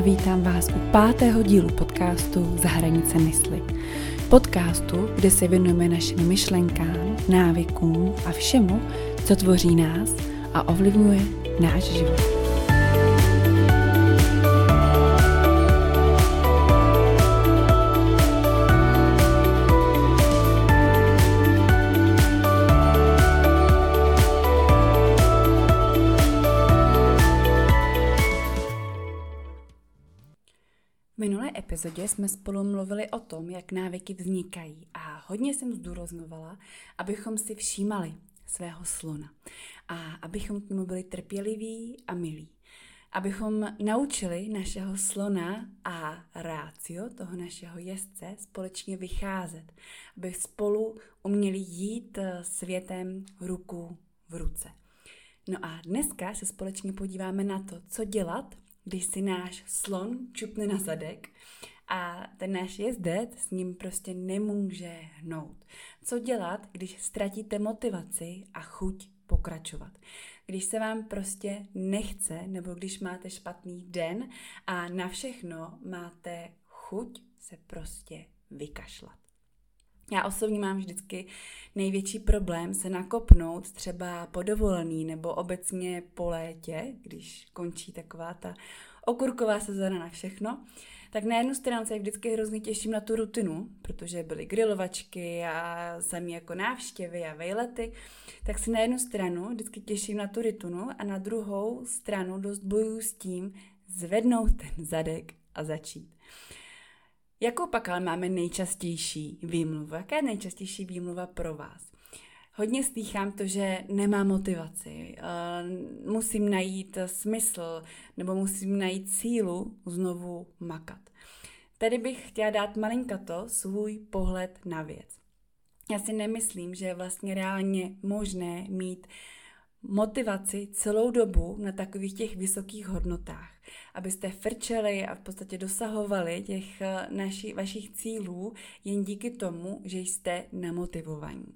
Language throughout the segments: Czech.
vítám vás u 5. dílu podcastu Za hranice mysli. Podcastu, kde se věnujeme našim myšlenkám, návykům a všemu, co tvoří nás a ovlivňuje náš život. V minulé epizodě jsme spolu mluvili o tom, jak návyky vznikají a hodně jsem zdůrazňovala, abychom si všímali svého slona a abychom k němu byli trpěliví a milí. Abychom naučili našeho slona a rácio, toho našeho jezdce, společně vycházet. Aby spolu uměli jít světem ruku v ruce. No a dneska se společně podíváme na to, co dělat, když si náš slon čupne na zadek a ten náš jezdec s ním prostě nemůže hnout. Co dělat, když ztratíte motivaci a chuť pokračovat. Když se vám prostě nechce, nebo když máte špatný den a na všechno máte chuť se prostě vykašlat. Já osobně mám vždycky největší problém se nakopnout třeba po dovolený nebo obecně po létě, když končí taková ta okurková sezóna na všechno, tak na jednu stranu se vždycky hrozně těším na tu rutinu, protože byly grilovačky a samý jako návštěvy a vejlety, tak se na jednu stranu vždycky těším na tu rutinu a na druhou stranu dost bojuju s tím zvednout ten zadek a začít. Jakou pak ale máme nejčastější výmluvu? Jaká je nejčastější výmluva pro vás? Hodně slýchám to, že nemám motivaci, musím najít smysl nebo musím najít sílu znovu makat. Tady bych chtěla dát malinkato svůj pohled na věc. Já si nemyslím, že je vlastně reálně možné mít motivaci celou dobu na takových těch vysokých hodnotách, abyste frčeli a v podstatě dosahovali těch vašich cílů jen díky tomu, že jste namotivovaní.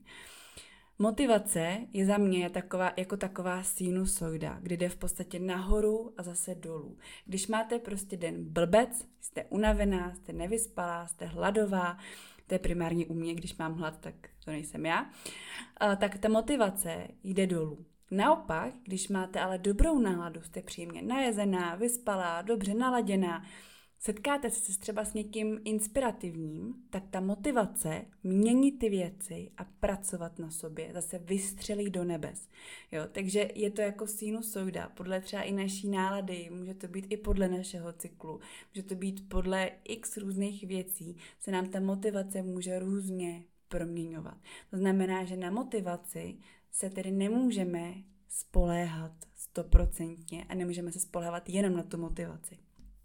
Motivace je za mě jako taková sinusoida, kdy jde v podstatě nahoru a zase dolů. Když máte prostě den blbec, jste unavená, jste nevyspalá, jste hladová, to je primárně u mě, když mám hlad, tak to nejsem já, tak ta motivace jde dolů. Naopak, když máte ale dobrou náladu, jste příjemně najezená, vyspalá, dobře naladěná, setkáte se třeba s někým inspirativním, tak ta motivace měnit ty věci a pracovat na sobě zase vystřelí do nebes. Jo, takže je to jako sinusoida, podle třeba i naší nálady, může to být i podle našeho cyklu, může to být podle x různých věcí, se nám ta motivace může různě proměňovat. To znamená, že na motivaci se tedy nemůžeme spoléhat 100% a nemůžeme se spoléhat jenom na tu motivaci.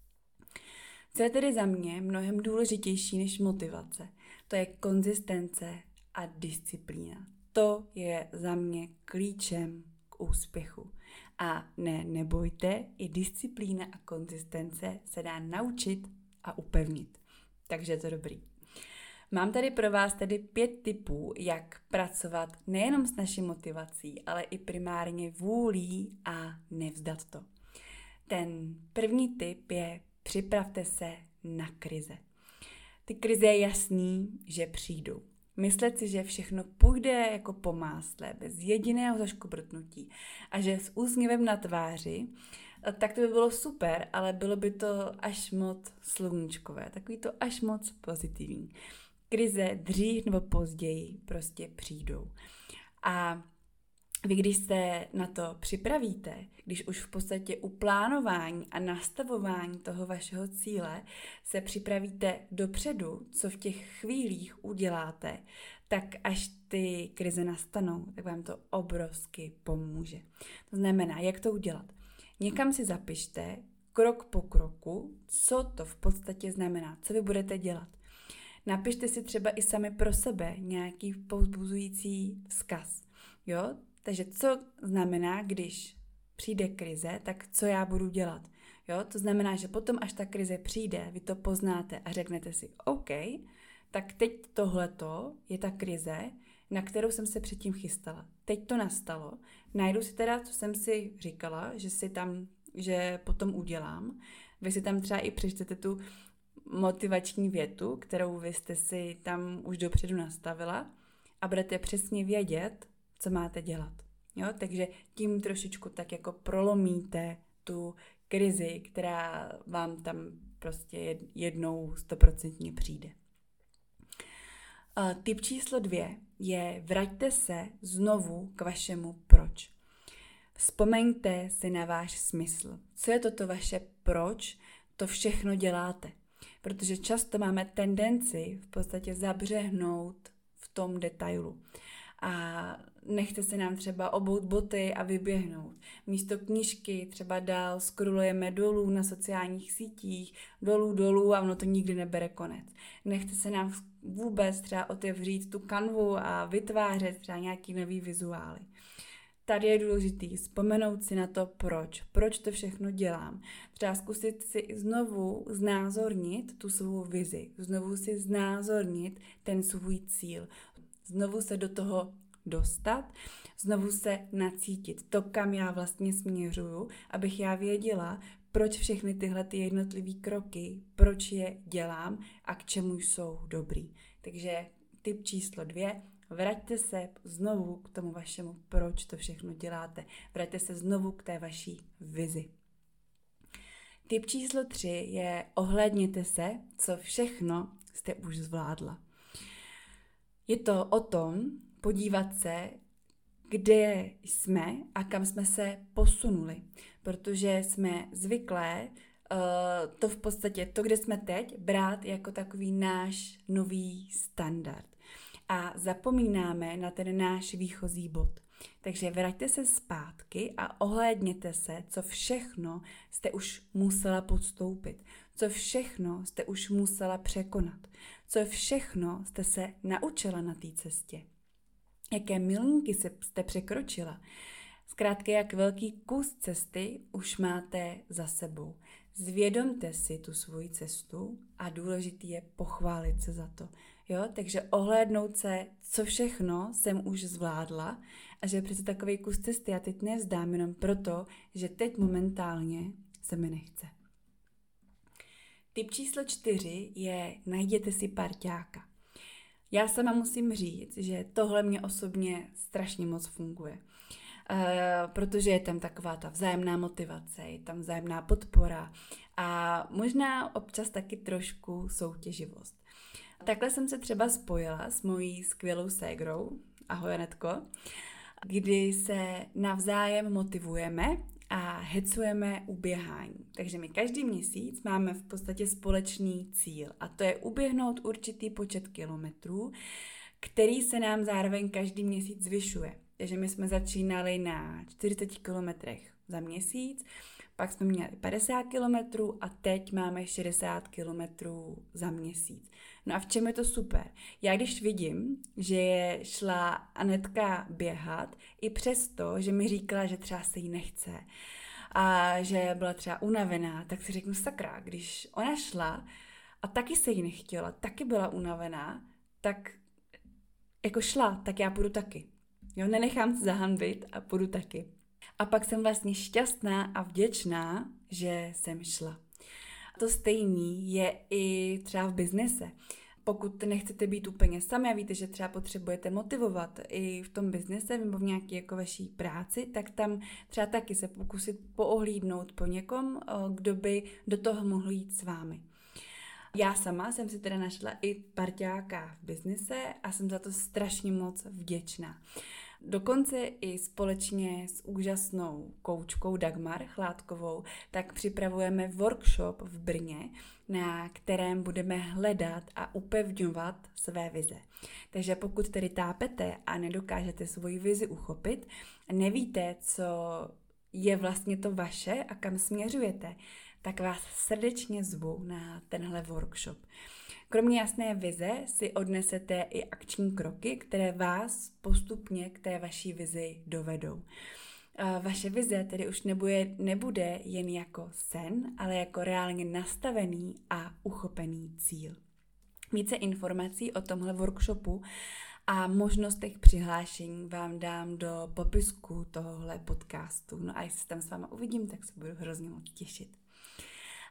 Co je tedy za mě mnohem důležitější než motivace? To je konzistence a disciplína. To je za mě klíčem k úspěchu. A nebojte, i disciplína a konzistence se dá naučit a upevnit. Takže je to dobrý. Mám tady pro vás tedy 5 tipů, jak pracovat nejenom s naší motivací, ale i primárně vůlí a nevzdat to. Ten první tip je: připravte se na krize. Ty krize je jasný, že přijdou. Myslet si, že všechno půjde jako po másle, bez jediného zaškobrtnutí a že s úsměvem na tváři, tak to by bylo super, ale bylo by to až moc sluníčkové, takový to až moc pozitivní. Krize dřív nebo později prostě přijdou. A vy, když se na to připravíte, když už v podstatě u plánování a nastavování toho vašeho cíle se připravíte dopředu, co v těch chvílích uděláte, tak až ty krize nastanou, tak vám to obrovsky pomůže. To znamená, jak to udělat? Někam si zapište krok po kroku, co to v podstatě znamená, co vy budete dělat. Napište si třeba i sami pro sebe nějaký povzbuzující vzkaz. Jo? Takže co znamená, když přijde krize, tak co já budu dělat? Jo? To znamená, že potom, až ta krize přijde, vy to poznáte a řeknete si, OK, tak teď tohleto je ta krize, na kterou jsem se předtím chystala. Teď to nastalo, najdu si teda, co jsem si říkala, že potom udělám, Vy si tam třeba i přečtete tu motivační větu, kterou vy jste si tam už dopředu nastavila a budete přesně vědět, co máte dělat. Jo? Takže tím trošičku tak jako prolomíte tu krizi, která vám tam prostě jednou 100% přijde. Tip číslo 2 je vraťte se znovu k vašemu proč. Vzpomeňte si na váš smysl. Co je toto vaše proč? To všechno děláte. Protože často máme tendenci v podstatě zabřehnout v tom detailu. A nechte se nám třeba obout boty a vyběhnout. Místo knížky třeba dál scrollujeme dolů na sociálních sítích, dolů a ono to nikdy nebere konec. Nechte se nám vůbec třeba otevřít tu kanvu a vytvářet třeba nějaký nový vizuály. Tady je důležitý vzpomenout si na to, proč to všechno dělám. Třeba zkusit si znovu znázornit tu svou vizi, znovu si znázornit ten svůj cíl, znovu se do toho dostat, znovu se nacítit to, kam já vlastně směřuju, abych já věděla, proč všechny tyhle ty jednotlivý kroky, proč je dělám a k čemu jsou dobrý. Takže tip číslo 2, vraťte se znovu k tomu vašemu, proč to všechno děláte. Vraťte se znovu k té vaší vizi. Tip číslo 3 je ohlédněte se, co všechno jste už zvládla. Je to o tom podívat se, kde jsme a kam jsme se posunuli, protože jsme zvyklé to v podstatě, to, kde jsme teď, brát jako takový náš nový standard. A zapomínáme na ten náš výchozí bod. Takže vraťte se zpátky a ohlédněte se, co všechno jste už musela podstoupit, co všechno jste už musela překonat, co všechno jste se naučila na té cestě, jaké milníky jste překročila. Zkrátka, jak velký kus cesty už máte za sebou. Zvědomte si tu svoji cestu a důležitý je pochválit se za to. Jo? Takže ohlédnout se, co všechno jsem už zvládla a že přece takový kus cesty já teď nevzdám jenom proto, že teď momentálně se mi nechce. Tip číslo 4 je najděte si parťáka. Já sama musím říct, že tohle mě osobně strašně moc funguje. Protože je tam taková ta vzájemná motivace, je tam vzájemná podpora a možná občas taky trošku soutěživost. Takhle jsem se třeba spojila s mojí skvělou ségrou, ahoj Anetko, kdy se navzájem motivujeme a hecujeme u běhání. Takže my každý měsíc máme v podstatě společný cíl a to je uběhnout určitý počet kilometrů, který se nám zároveň každý měsíc zvyšuje. Takže my jsme začínali na 40 kilometrech za měsíc, pak jsme měli 50 kilometrů a teď máme 60 kilometrů za měsíc. No a v čem je to super? Já když vidím, že šla Anetka běhat, i přesto, že mi říkala, že třeba se jí nechce a že byla třeba unavená, tak si řeknu sakra, když ona šla a taky se jí nechtěla, taky byla unavená, tak jako šla, tak já půjdu taky. Jo, nenechám se zahanbit a půjdu taky. A pak jsem vlastně šťastná a vděčná, že jsem šla. To stejný je i třeba v biznise. Pokud nechcete být úplně sami a víte, že třeba potřebujete motivovat i v tom biznise nebo v nějaké jako vaší práci, tak tam třeba taky se pokusit poohlídnout po někom, kdo by do toho mohl jít s vámi. Já sama jsem si teda našla i parťáka v biznise a jsem za to strašně moc vděčná. Dokonce i společně s úžasnou koučkou Dagmar Chládkovou, tak připravujeme workshop v Brně, na kterém budeme hledat a upevňovat své vize. Takže pokud tedy tápete a nedokážete svoji vizi uchopit, nevíte, co je vlastně to vaše a kam směřujete, tak vás srdečně zvu na tenhle workshop. Kromě jasné vize si odnesete i akční kroky, které vás postupně k té vaší vizi dovedou. Vaše vize tedy už nebude jen jako sen, ale jako reálně nastavený a uchopený cíl. Více informací o tomhle workshopu a možnostech přihlášení vám dám do popisku tohohle podcastu. No a jestli se tam s váma uvidím, tak se budu hrozně moc těšit.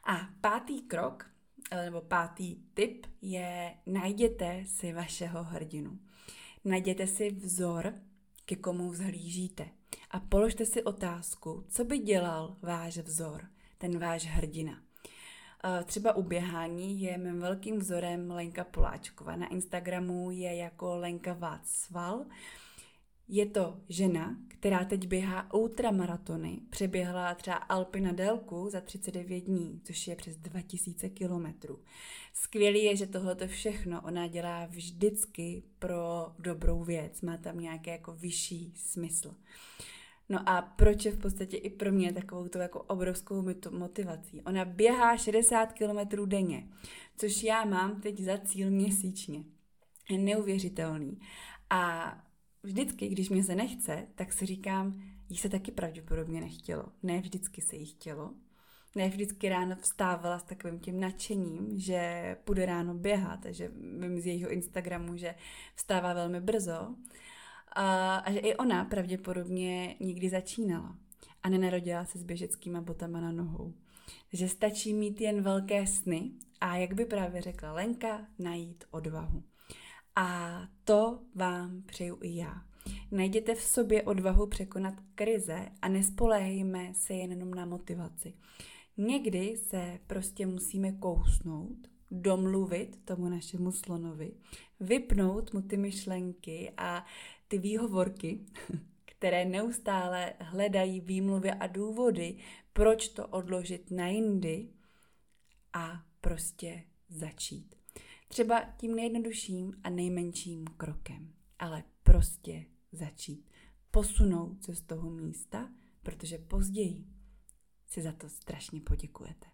A pátý krok, nebo pátý tip je najděte si vašeho hrdinu. Najděte si vzor, ke komu vzhlížíte. A položte si otázku, co by dělal váš vzor, ten váš hrdina. Třeba u běhání je mým velkým vzorem Lenka Poláčková. Na Instagramu je jako Lenka Václav. Je to žena, která teď běhá ultramaratony. Přeběhla třeba Alpy na délku za 39 dní, což je přes 2000 kilometrů. Skvělý je, že tohleto všechno ona dělá vždycky pro dobrou věc. Má tam nějaký jako vyšší smysl. No a proč je v podstatě i pro mě takovou tu jako obrovskou motivací? Ona běhá 60 kilometrů denně, což já mám teď za cíl měsíčně. Je neuvěřitelný. A vždycky, když mě se nechce, tak si říkám, jí se taky pravděpodobně nechtělo. Ne vždycky se jí chtělo. Ne vždycky ráno vstávala s takovým tím nadšením, že půjde ráno běhat. Takže vím z jejího Instagramu, že vstává velmi brzo. A že i ona pravděpodobně nikdy začínala. A nenarodila se s běžeckýma botama na nohou. Takže stačí mít jen velké sny a jak by právě řekla Lenka, najít odvahu. A to vám přeju i já. Najděte v sobě odvahu překonat krize a nespoléhejme se jenom na motivaci. Někdy se prostě musíme kousnout, domluvit tomu našemu slonovi, vypnout mu ty myšlenky a ty výhovorky, které neustále hledají výmluvy a důvody, proč to odložit na jindy a prostě začít. Třeba tím nejjednodušším a nejmenším krokem, ale prostě začít. Posunout se z toho místa, protože později si za to strašně poděkujete.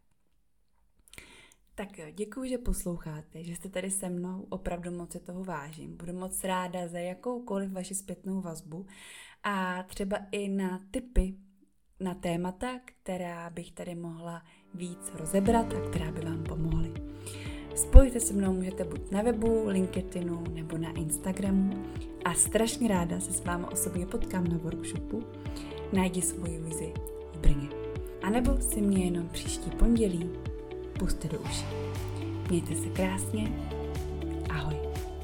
Tak jo, děkuji, že posloucháte, že jste tady se mnou, opravdu moc se toho vážím. Budu moc ráda za jakoukoliv vaši zpětnou vazbu a třeba i na tipy, na témata, která bych tady mohla víc rozebrat a která by vám pomohly. Spojit se mnou můžete buď na webu, LinkedInu nebo na Instagramu a strašně ráda se s vámi osobně potkám na workshopu Najdi svoji vizi v Brně. A nebo si mě jenom příští pondělí pusťte do uší. Mějte se krásně. Ahoj.